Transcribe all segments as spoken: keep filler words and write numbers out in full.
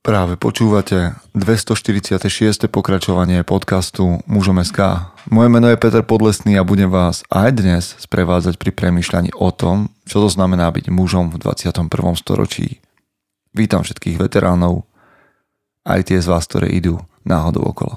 Práve počúvate dvestoštyridsiate šieste pokračovanie podcastu Mužom bodka es ká. Moje meno je Peter Podlesný a budem vás aj dnes sprevádzať pri premýšľaní o tom, čo to znamená byť mužom v dvadsiatom prvom storočí. Vítam všetkých veteránov, aj tie z vás, ktoré idú náhodou okolo.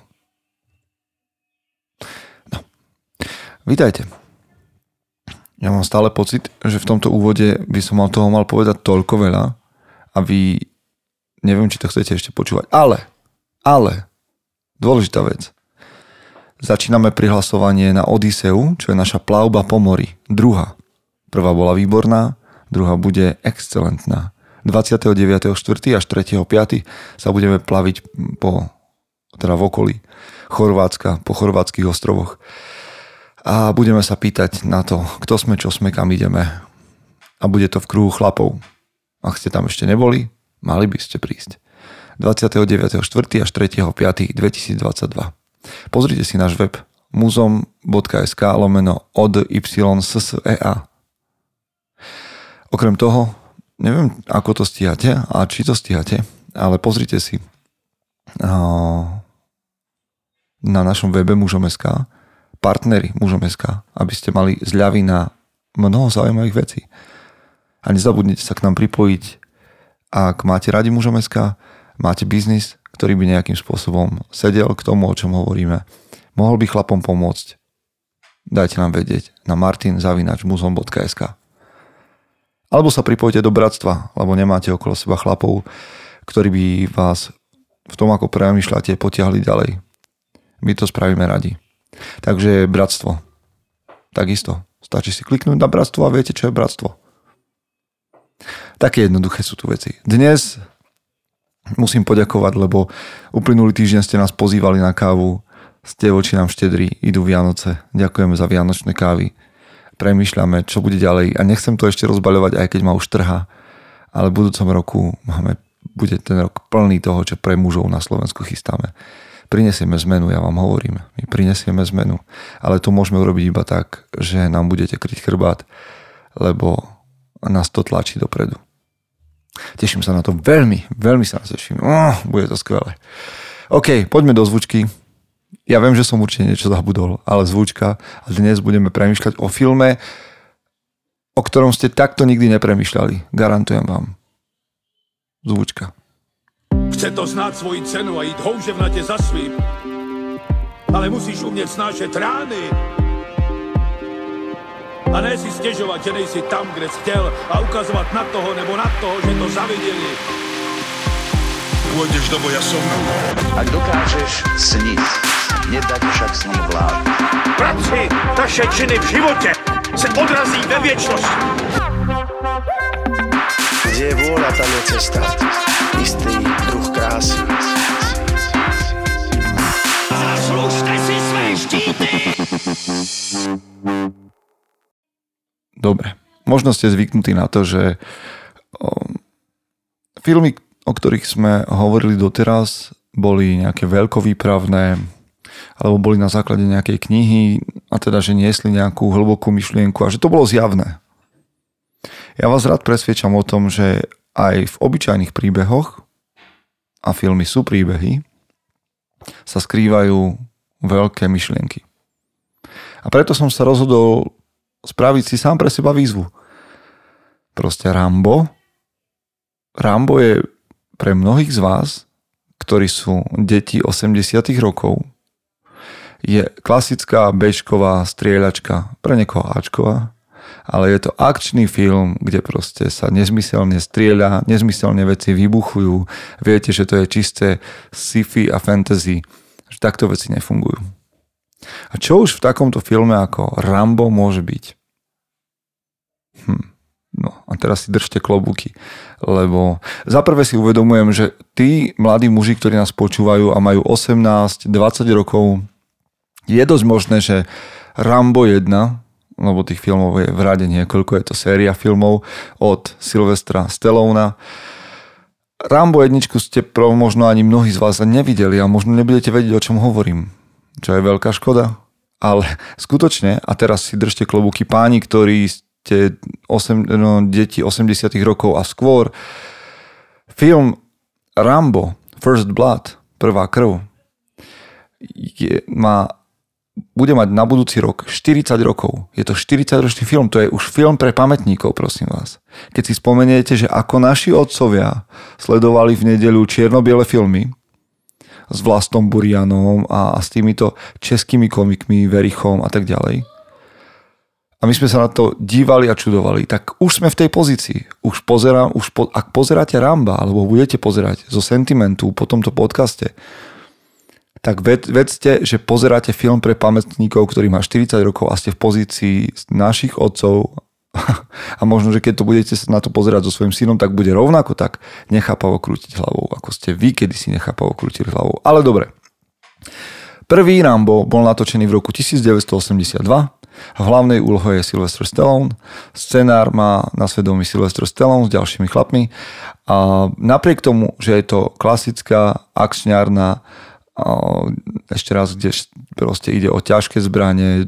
No, vítajte. Ja mám stále pocit, že v tomto úvode by som mal toho mal povedať toľko veľa a vy neviem, či to chcete ešte počúvať. Ale, ale, dôležitá vec. Začíname prihlasovanie na Odyseu, čo je naša plavba po mori. Druhá. Prvá bola výborná, druhá bude excelentná. dvadsiateho deviateho štvrtého až tretieho piateho sa budeme plaviť po, teda v okolí Chorvátska, po chorvátskych ostrovoch. A budeme sa pýtať na to, kto sme, čo sme, kam ideme. A bude to v kruhu chlapov. Ak ste tam ešte neboli, mali by ste prísť. dvadsiateho deviateho štvrtého až tretieho piateho dvetisícdvadsaťdva. Pozrite si náš web muzom bodka es ká lomeno od yssea. Okrem toho, neviem, ako to stíhate a či to stíhate, ale pozrite si na našom webe mužom bodka es ká partneri mužom bodka es ká, aby ste mali zľavy na mnoho zaujímavých vecí. A nezabudnite sa k nám pripojiť. Ak máte radi mužom bodka es ká, máte biznis, ktorý by nejakým spôsobom sedel k tomu, o čom hovoríme, mohol by chlapom pomôcť, dajte nám vedieť na martin zavináč muzom bodka es ká. Alebo sa pripojte do bratstva, lebo nemáte okolo seba chlapov, ktorí by vás v tom, ako premýšľate, potiahli ďalej. My to spravíme radi. Takže bratstvo. Takisto. Stačí si kliknúť na bratstvo a viete, čo je bratstvo. Také jednoduché sú tu veci. Dnes musím poďakovať, lebo uplynulý týždeň ste nás pozývali na kávu, ste voči nám štedrí, idú Vianoce, ďakujeme za vianočné kávy, premýšľame, čo bude ďalej a nechcem to ešte rozbaľovať, aj keď ma už trhá, ale v budúcom roku máme, bude ten rok plný toho, čo pre mužov na Slovensku chystáme. Prinesieme zmenu, ja vám hovorím, my prinesieme zmenu, ale to môžeme urobiť iba tak, že nám budete kryť chrbát, lebo nás to tlačí dopredu. Teším sa na to veľmi, veľmi sa teším. Oh, bude to skvelé. OK, poďme do zvučky. Ja viem, že som určite niečo zabudol, ale zvučka. A dnes budeme premýšľať o filme, o ktorom ste takto nikdy nepremýšľali. Garantujem vám. Zvučka. Chce to znáť svoji cenu a ísť houževnate za svým. Ale musíš umieť snášať rány. A ne si stěžovat, že nejsi tam, kde jsi chtěl a ukazovat na toho nebo na toho, že to zaviděli. Pôjdeš do boja som. Ak dokážeš sniť, nedať však sním vlád. Práci, taše činy v životě se odrazí ve věčnosti. Kde je vôľa, tam je cesta. Istý druh krásy. Zaslužte si své štíty! Dobre, možno ste zvyknutí na to, že o, filmy, o ktorých sme hovorili doteraz, boli nejaké veľkovýpravné, alebo boli na základe nejakej knihy, a teda, že niesli nejakú hlbokú myšlienku a že to bolo zjavné. Ja vás rád presviečam o tom, že aj v obyčajných príbehoch, a filmy sú príbehy, sa skrývajú veľké myšlienky. A preto som sa rozhodol spraviť si sám pre seba výzvu. Proste Rambo. Rambo je pre mnohých z vás, ktorí sú deti osemdesiatych rokov, je klasická béčková strieľačka, pre niekoho áčková, ale je to akčný film, kde proste sa nezmyselne strieľa, nezmyselne veci vybuchujú. Viete, že to je čisté sci-fi a fantasy, že takto veci nefungujú. A čo už v takomto filme ako Rambo môže byť? Hm. No a teraz si držte klobúky, lebo zaprvé si uvedomujem, že tí mladí muži, ktorí nás počúvajú a majú osemnásť dvadsať rokov, je dosť možné, že Rambo jeden, lebo tých filmov je v rade niekoľko, je to séria filmov od Sylvestra Stallona. Rambo jedničku ste možno ani mnohí z vás nevideli a možno nebudete vedieť, o čom hovorím. Čo je veľká škoda. Ale skutočne, a teraz si držte klobúky páni, ktorí ste osem, no, deti osemdesiatych rokov a skôr, film Rambo, First Blood, prvá krv, je, má, bude mať na budúci rok štyridsať rokov. Je to štyridsaťročný film, to je už film pre pamätníkov, prosím vás. Keď si spomeniete, že ako naši otcovia sledovali v nedeľu čierno-biele filmy s Vlastom Burianom a, a s týmito českými komikmi, Verichom a tak ďalej, a my sme sa na to dívali a čudovali, tak už sme v tej pozícii. Už pozerám, už po, ak pozeráte Ramba, alebo budete pozerať zo sentimentu po tomto podcaste, tak ved, vedzte, že pozeráte film pre pamätníkov, ktorý má štyridsať rokov a ste v pozícii našich otcov a možno, že keď to budete sa na to pozerať so svojím synom, tak bude rovnako tak nechápavo krútiť hlavou, ako ste vy kedysi nechápavo krútili hlavou. Ale dobre. Prvý Rambo bol natočený v roku devätnásťstoosemdesiatdva. V hlavnej úlohe je Sylvester Stallone. Scenár má na svedomí Sylvester Stallone s ďalšími chlapmi. A napriek tomu, že je to klasická akčňárna, ešte raz, kde proste ide o ťažké zbranie,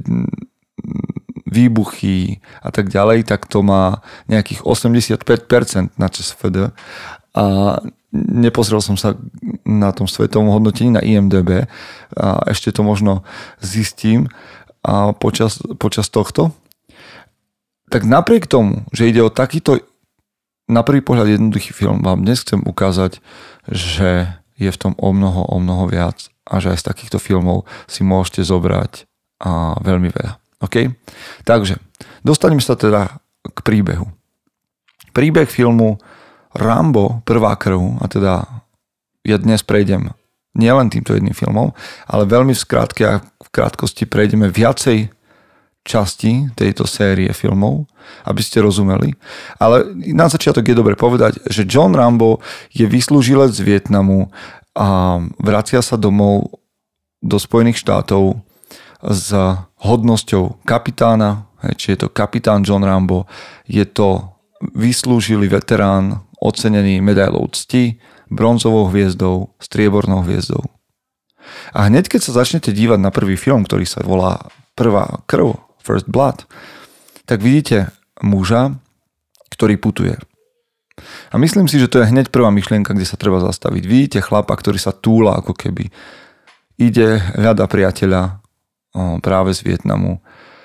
výbuchy a tak ďalej, tak to má nejakých osemdesiatpäť percent na ČSFD. A nepozrel som sa na tom svetovom hodnotení na I M D B. A ešte to možno zistím a počas, počas tohto. Tak napriek tomu, že ide o takýto na prvý pohľad jednoduchý film, vám dnes chcem ukázať, že je v tom o mnoho, o mnoho viac a že aj z takýchto filmov si môžete zobrať a veľmi veľa. OK? Takže, dostaneme sa teda k príbehu. Príbeh filmu Rambo, prvá krv, a teda ja dnes prejdem nielen týmto jedným filmom, ale veľmi v skrátke a v krátkosti prejdeme viacej časti tejto série filmov, aby ste rozumeli. Ale na začiatok je dobre povedať, že John Rambo je vyslúžilec z Vietnamu a vracia sa domov do Spojených štátov s hodnosťou kapitána, či je to kapitán John Rambo, je to vyslúžilý veterán, ocenený medailou cti, bronzovou hviezdou, striebornou hviezdou. A hneď keď sa začnete dívať na prvý film, ktorý sa volá Prvá krv, First Blood, tak vidíte muža, ktorý putuje. A myslím si, že to je hneď prvá myšlienka, kde sa treba zastaviť. Vidíte chlapa, ktorý sa túla ako keby. Ide, hľada priateľa o, práve z Vietnamu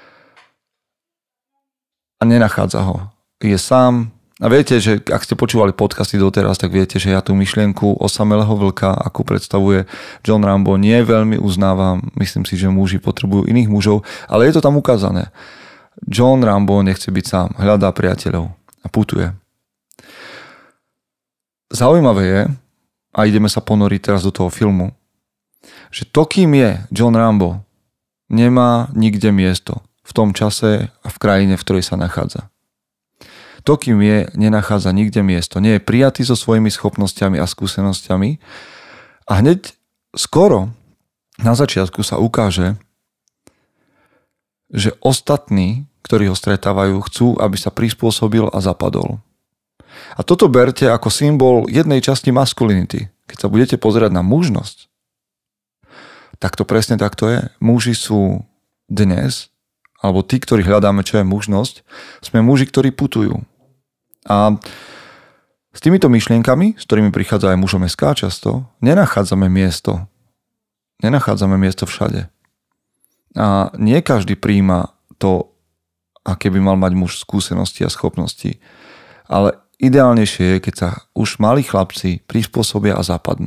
a nenachádza ho. Je sám. A viete, že ak ste počúvali podcasty doteraz, tak viete, že ja tú myšlienku osamelého vlka, akú predstavuje John Rambo, nie veľmi uznávam. Myslím si, že muži potrebujú iných mužov, ale je to tam ukázané. John Rambo nechce byť sám, hľadá priateľov a putuje. Zaujímavé je, a ideme sa ponoriť teraz do toho filmu, že to, kým je John Rambo, nemá nikde miesto v tom čase a v krajine, v ktorej sa nachádza. To, kým je, nenachádza nikde miesto. Nie je prijatý so svojimi schopnosťami a skúsenosťami. A hneď skoro na začiatku sa ukáže, že ostatní, ktorí ho stretávajú, chcú, aby sa prispôsobil a zapadol. A toto berte ako symbol jednej časti maskulinity. Keď sa budete pozerať na mužnosť, tak to presne takto je. Muži sú dnes, alebo tí, ktorí hľadáme, čo je mužnosť, sme muži, ktorí putujú. A s týmito myšlienkami, s ktorými prichádza aj mužom es ká často, nenachádzame miesto. Nenachádzame miesto všade. A nie každý prijíma to, aké by mal mať muž skúsenosti a schopnosti. Ale ideálnejšie je, keď sa už malí chlapci prispôsobia a zapadnú.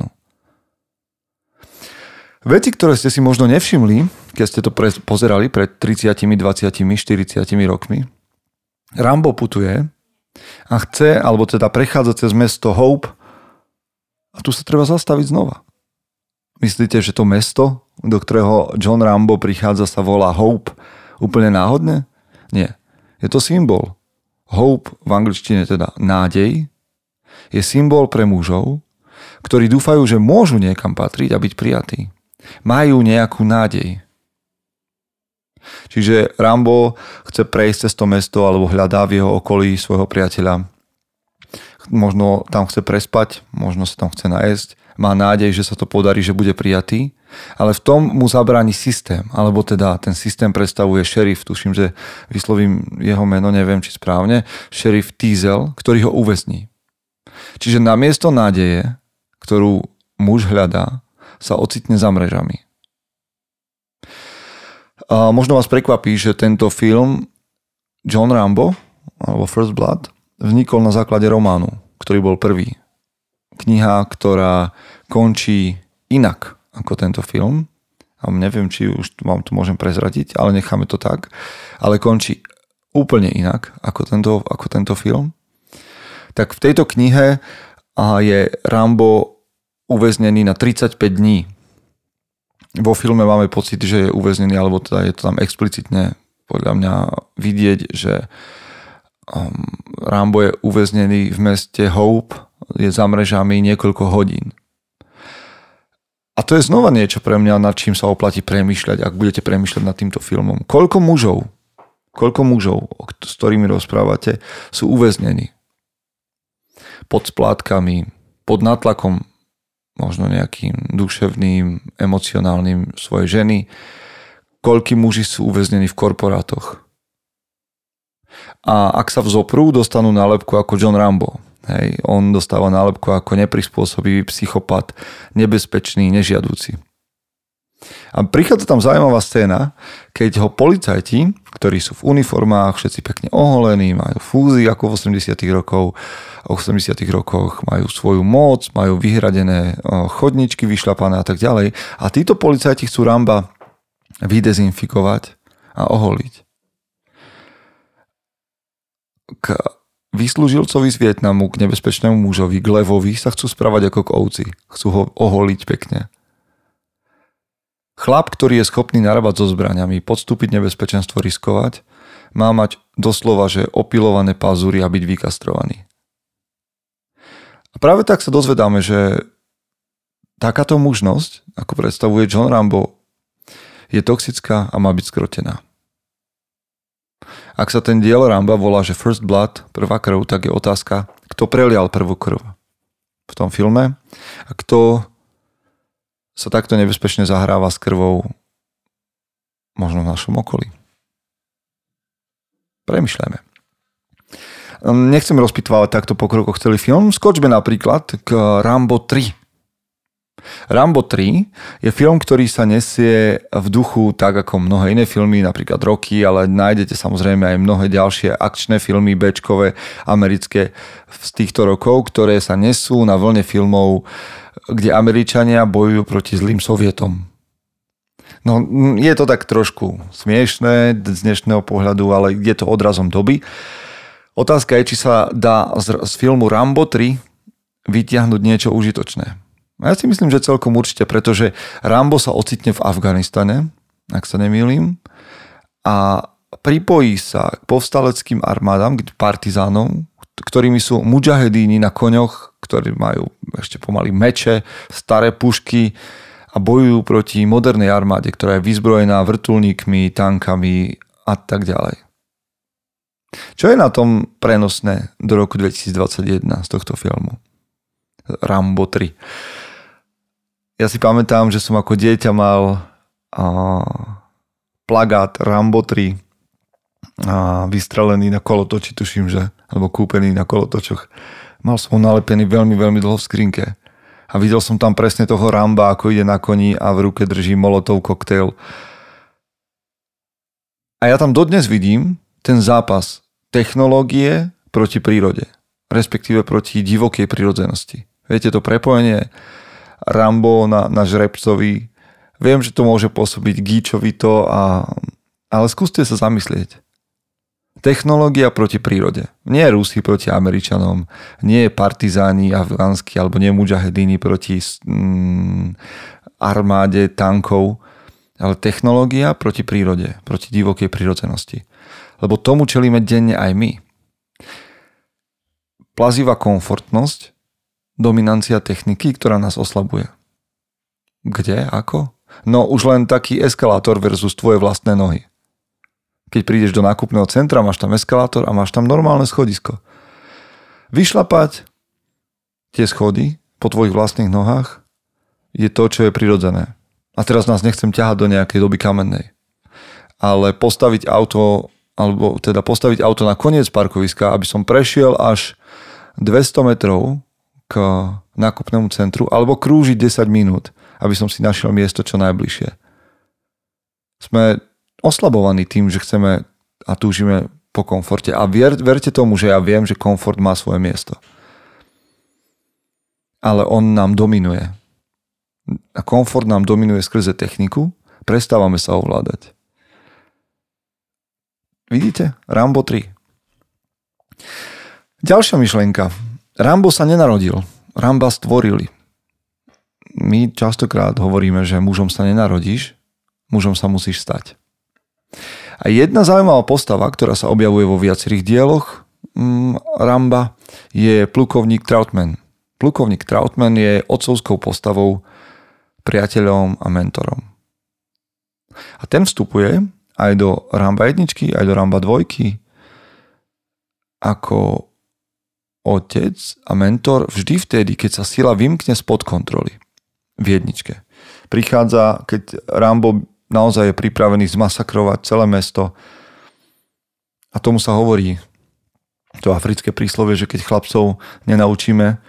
Veci, ktoré ste si možno nevšimli, keď ste to pozerali pred tridsiatimi, dvadsiatimi, štyridsiatimi rokmi, Rambo putuje a chce, alebo teda prechádza cez mesto Hope a tu sa treba zastaviť znova. Myslíte, že to mesto, do ktorého John Rambo prichádza, sa volá Hope úplne náhodne? Nie. Je to symbol. Hope v angličtine teda nádej je symbol pre mužov, ktorí dúfajú, že môžu niekam patriť a byť prijatí. Majú nejakú nádej. Čiže Rambo chce prejsť cez to mesto alebo hľadá v jeho okolí svojho priateľa. Možno tam chce prespať, možno sa tam chce najesť. Má nádej, že sa to podarí, že bude prijatý. Ale v tom mu zabráni systém. Alebo teda ten systém predstavuje šerif. Tuším, že vyslovím jeho meno, neviem či správne. Šerif Teasel, ktorý ho uväzní. Čiže namiesto nádeje, ktorú muž hľadá, sa ocitne za mrežami. A možno vás prekvapí, že tento film John Rambo, alebo First Blood, vznikol na základe románu, ktorý bol prvý. Kniha, ktorá končí inak ako tento film. A neviem, či už vám to môžem prezradiť, ale necháme to tak. Ale končí úplne inak ako tento, ako tento film. Tak v tejto knihe je Rambo uväznený na tridsaťpäť dní. Vo filme máme pocit, že je uväznený, alebo teda je to tam explicitne podľa mňa vidieť, že um, Rambo je uväznený v meste Hope, je za mrežami niekoľko hodín. A to je znova niečo pre mňa, nad čím sa oplatí premýšľať, ak budete premýšľať nad týmto filmom. Koľko mužov, koľko mužov, s ktorými rozprávate, sú uväznení pod splátkami, pod nátlakom možno nejakým duševným, emocionálnym svojej ženy. Koľkí muži sú uväznení v korporátoch. A ak sa vzoprú, dostanú nálepku ako John Rambo. Hej, on dostáva nálepku ako neprispôsobivý psychopat, nebezpečný, nežiadúci. A prichádza tam zaujímavá scéna, keď ho policajti, ktorí sú v uniformách, všetci pekne oholení, majú fúzy ako v osemdesiatych rokoch, v osemdesiatych rokoch majú svoju moc, majú vyhradené chodničky vyšľapané a tak ďalej. A títo policajti chcú Ramba vydezinfikovať a oholiť. K výslužilcovi z Vietnamu, k nebezpečnému mužovi, k levovi sa chcú správať ako k ovci. Chcú ho oholiť pekne. Chlap, ktorý je schopný narábať so zbraňami, podstúpiť nebezpečenstvo, riskovať, má mať doslova, že opilované pazúry a byť vykastrovaný. A práve tak sa dozvedáme, že takáto mužnosť, ako predstavuje John Rambo, je toxická a má byť skrotená. Ak sa ten diel Ramba volá, že First Blood, prvá krv, tak je otázka, kto prelial prvú krv v tom filme a kto sa takto nebezpečne zahráva s krvou možno v našom okolí. Premýšľajme. Nechcem rozpitvávať takto po krokoch celý film. Skočme napríklad k Rambo tri. Rambo tri je film, ktorý sa nesie v duchu tak ako mnohé iné filmy, napríklad Rocky, ale nájdete samozrejme aj mnohé ďalšie akčné filmy béčkové, americké z týchto rokov, ktoré sa nesú na vlne filmov, kde Američania bojujú proti zlým Sovietom. No, je to tak trošku smiešné z dnešného pohľadu, ale je to odrazom doby. Otázka je, či sa dá z, z filmu Rambo tri vytiahnuť niečo užitočné. Ja si myslím, že celkom určite, pretože Rambo sa ocitne v Afganistane, ak sa nemýlim, a pripojí sa k povstaleckým armádam, k partizánom, ktorými sú mudžahedíni na koňoch, ktorí majú ešte pomaly meče, staré pušky a bojujú proti modernej armáde, ktorá je vyzbrojená vrtuľníkmi, tankami a tak ďalej. Čo je na tom prenosné do roku dvetisícdvadsaťjeden z tohto filmu? Rambo tri. Ja si pamätám, že som ako dieťa mal a, plagát Rambo tri a, vystrelený na kolotoči, tuším, že, alebo kúpený na kolotočoch. Mal som ho nalepený veľmi, veľmi dlho v skrinke. A videl som tam presne toho Ramba, ako ide na koni a v ruke drží molotov koktail. A ja tam dodnes vidím ten zápas technológie proti prírode, respektíve proti divokej prirodzenosti. Viete, to prepojenie Rambo na, na žrebcovi. Viem, že to môže pôsobiť gíčovito, a, ale skúste sa zamyslieť. Technológia proti prírode. Nie Rusi proti Američanom, nie partizáni afgánsky alebo nie mudžahedíni proti mm, armáde tankov, ale technológia proti prírode, proti divokej prirodzenosti. Lebo tomu čelíme denne aj my. Plazivá komfortnosť, dominancia techniky, ktorá nás oslabuje. Kde? Ako? No už len taký eskalátor versus tvoje vlastné nohy. Keď prídeš do nákupného centra, máš tam eskalátor a máš tam normálne schodisko. Vyšlapať tie schody po tvojich vlastných nohách je to, čo je prirodzené. A teraz nás nechcem ťahať do nejakej doby kamennej. Ale postaviť auto, alebo teda postaviť auto na koniec parkoviska, aby som prešiel až dvesto metrov k nákupnému centru alebo krúžiť desať minút, aby som si našiel miesto čo najbližšie. Sme oslabovaní tým, že chceme a túžime po komforte. A vier, verte tomu, že ja viem, že komfort má svoje miesto. Ale on nám dominuje. A komfort nám dominuje skrze techniku, prestávame sa ovládať. Vidíte? Rambo tri. Ďalšia myšlienka. Rambo sa nenarodil. Ramba stvorili. My častokrát hovoríme, že mužom sa nenarodíš, mužom sa musíš stať. A jedna zaujímavá postava, ktorá sa objavuje vo viacerých dieloch mm, Ramba, je plukovník Trautmann. Plukovník Trautmann je otcovskou postavou, priateľom a mentorom. A ten vstupuje aj do Ramba jedničky, aj do Ramba dvojky ako otec a mentor vždy vtedy, keď sa sila vymkne spod kontroly. V jedničke. Prichádza, keď Rambo naozaj je pripravený zmasakrovať celé mesto a tomu sa hovorí to africké príslovie, že keď chlapcov nenaučíme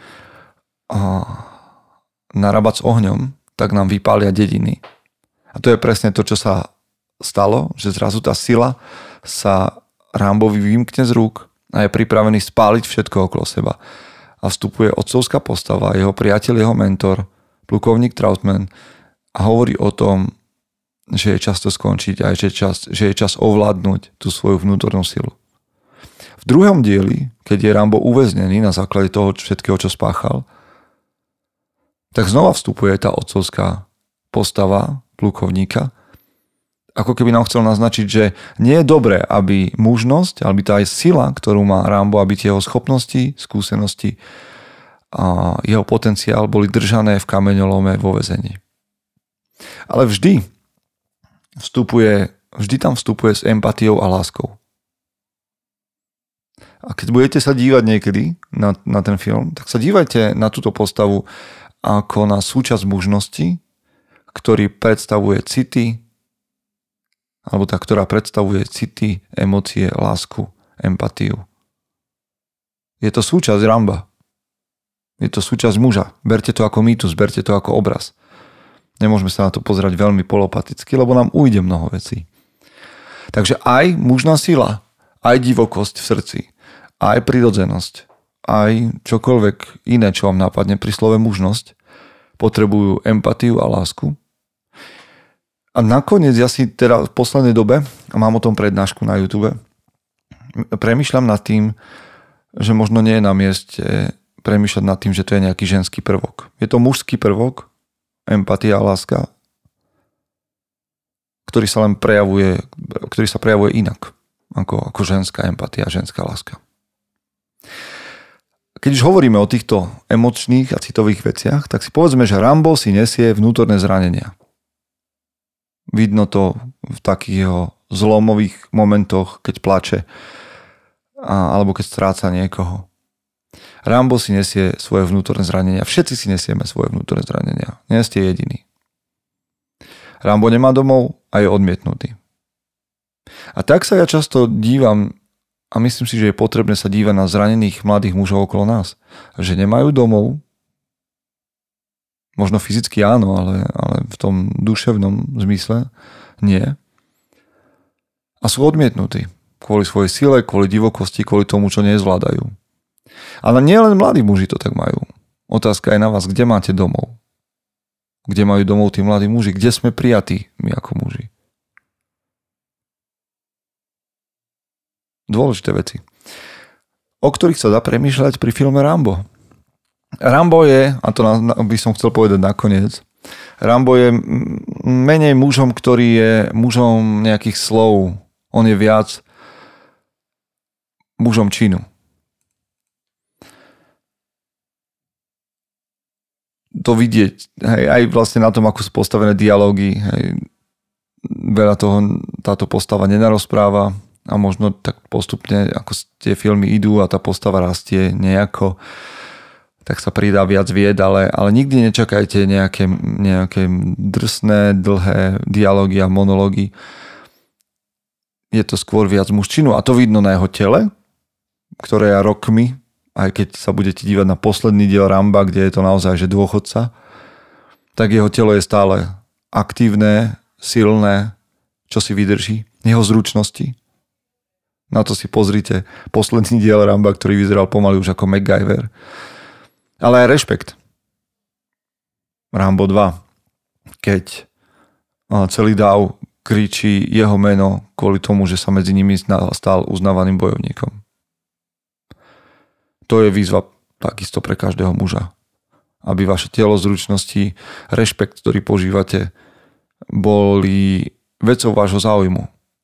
narábať s ohňom, tak nám vypália dediny. A to je presne to, čo sa stalo, že zrazu tá sila sa Rambovi vymkne z rúk a je pripravený spáliť všetko okolo seba. A vstupuje otcovská postava, jeho priateľ, jeho mentor, plukovník Trautmann a hovorí o tom, že je čas to skončiť a že je čas, že je čas ovládnuť tú svoju vnútornú silu. V druhom dieli, keď je Rambo uväznený na základe toho všetkého, čo spáchal, tak znova vstupuje tá otcovská postava plukovníka, ako keby nám chcel naznačiť, že nie je dobré, aby mužnosť, aby tá aj sila, ktorú má Rambo, aby tie jeho schopnosti, skúsenosti a jeho potenciál boli držané v kameňolome vo väzení. Ale vždy vstupuje, vždy tam vstupuje s empatiou a láskou. A keď budete sa dívať niekedy na, na ten film, tak sa dívajte na túto postavu ako na súčasť mužnosti, ktorý predstavuje city, alebo tá, ktorá predstavuje city, emócie, lásku, empatiu. Je to súčasť Ramba. Je to súčasť muža. Berte to ako mýtus, berte to ako obraz. Nemôžeme sa na to pozerať veľmi polopaticky, lebo nám ujde mnoho vecí. Takže aj mužná sila, aj divokosť v srdci, aj prirodzenosť, aj čokoľvek iné, čo vám nápadne pri slove mužnosť, potrebujú empatiu a lásku. A nakoniec ja si teda v poslednej dobe, a mám o tom prednášku na YouTube, premýšľam nad tým, že možno nie je na mieste premýšľať nad tým, že to je nejaký ženský prvok. Je to mužský prvok, empatia a láska, ktorý sa len prejavuje, ktorý sa prejavuje inak, ako, ako ženská empatia a ženská láska. Keď už hovoríme o týchto emočných a citových veciach, tak si povedzme, že Rambo si nesie vnútorné zranenia. Vidno to v takých jeho zlomových momentoch, keď plače alebo keď stráca niekoho. Rambo si nesie svoje vnútorné zranenia. Všetci si nesieme svoje vnútorné zranenia. Nie ste jediní. Rambo nemá domov a je odmietnutý. A tak sa ja často dívam a myslím si, že je potrebné sa dívať na zranených mladých mužov okolo nás. Že nemajú domov. Možno fyzicky áno, ale, ale v tom duševnom zmysle nie. A sú odmietnutí. Kvôli svojej sile, kvôli divokosti, kvôli tomu, čo nezvládajú. Ale nie len mladí muži to tak majú. Otázka je na vás, kde máte domov? Kde majú domov tí mladí muži? Kde sme prijatí my ako muži? Dôležité veci, o ktorých sa dá premýšľať pri filme Rambo. Rambo je, a to by som chcel povedať nakoniec, Rambo je menej mužom, ktorý je mužom nejakých slov. On je viac mužom činu. To vidieť, hej, aj vlastne na tom, ako sú postavené dialógy, hej, veľa toho táto postava nenarozpráva a možno tak postupne, ako tie filmy idú a tá postava rastie nejako, tak sa pridá viac vied, ale, ale nikdy nečakajte nejaké, nejaké drsné, dlhé dialógy a monológy. Je to skôr viac mužčinu a to vidno na jeho tele, ktoré ja rokmi aj keď sa budete dívať na posledný diel Ramba, kde je to naozaj že dôchodca, tak jeho telo je stále aktívne, silné, čo si vydrží, jeho zručnosti. Na to si pozrite posledný diel Ramba, ktorý vyzeral pomaly už ako MacGyver. Ale aj rešpekt. Rambo dva. Keď celý dáv kričí jeho meno kvôli tomu, že sa medzi nimi stal uznávaným bojovníkom. To je výzva takisto pre každého muža. Aby vaše telo, zručnosti, rešpekt, ktorý požívate, boli vecou vášho záujmu.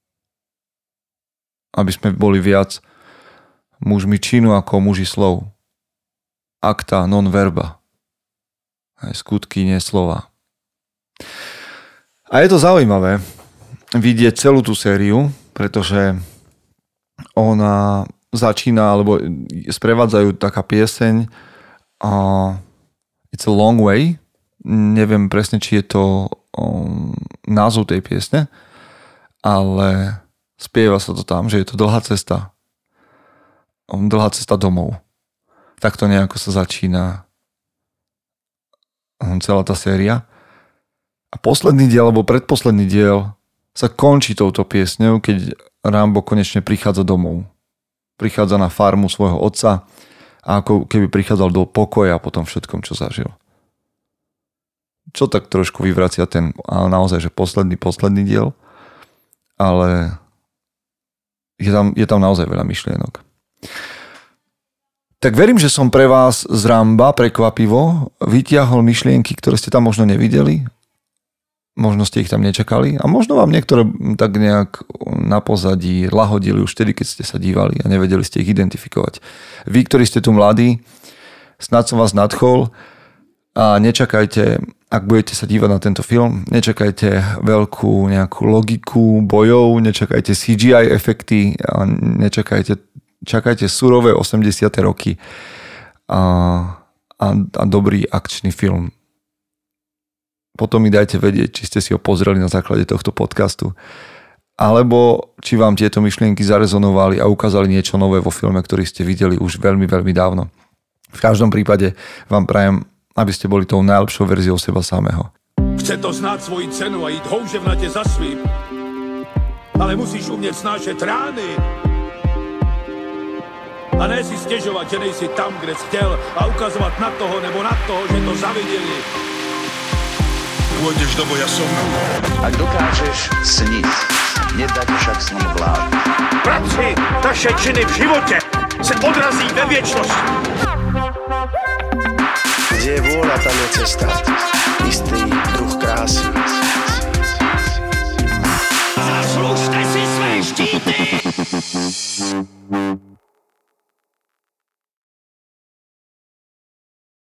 Aby sme boli viac mužmi činu ako muži slov. Acta non verba. Aj skutky, nie slova. A je to zaujímavé vidieť celú tú sériu, pretože ona začína, alebo sprevádzajú taká pieseň uh, It's a Long Way. Neviem presne, či je to um, názov tej piesne, ale spieva sa to tam, že je to dlhá cesta. Um, dlhá cesta domov. Takto nejako sa začína um, celá tá séria. A posledný diel, alebo predposledný diel sa končí touto piesňou, keď Rambo konečne prichádza domov. Prichádza na farmu svojho otca a ako keby prichádzal do pokoja po tom všetkom, čo zažil. Čo tak trošku vyvracia ten, ale naozaj, že posledný, posledný diel, ale je tam, je tam naozaj veľa myšlienok. Tak verím, že som pre vás z Ramba prekvapivo vytiahol myšlienky, ktoré ste tam možno nevideli, možno ste ich tam nečakali a možno vám niektoré tak nejak na pozadí lahodili už vtedy, keď ste sa dívali a nevedeli ste ich identifikovať. Vy, ktorí ste tu mladí, snad som vás nadchol a nečakajte, ak budete sa dívať na tento film, nečakajte veľkú nejakú logiku bojov, nečakajte C G I efekty a nečakajte, čakajte surové osemdesiate roky a, a, a dobrý akčný film. Potom mi dajte vedieť, či ste si ho pozreli na základe tohto podcastu, alebo či vám tieto myšlienky zarezonovali a ukázali niečo nové vo filme, ktorý ste videli už veľmi, veľmi dávno. V každom prípade vám prajem, aby ste boli tou najlepšou verziou seba samého. Chce to znát svoji cenu a jít houževnatě za svým, ale musíš umět snášet rány. A ne si stěžovat, že nejsi tam, kde jsi chtěl a ukazovat na toho nebo na toho, že to zaviděli. Pôjdeš do boja som. Ak dokážeš sniť, nedať však sním vlád. Práci, taše činy v živote se odrazí ve viečnosti. Kde je vôľa, tam je cesta. Istý druh krásy.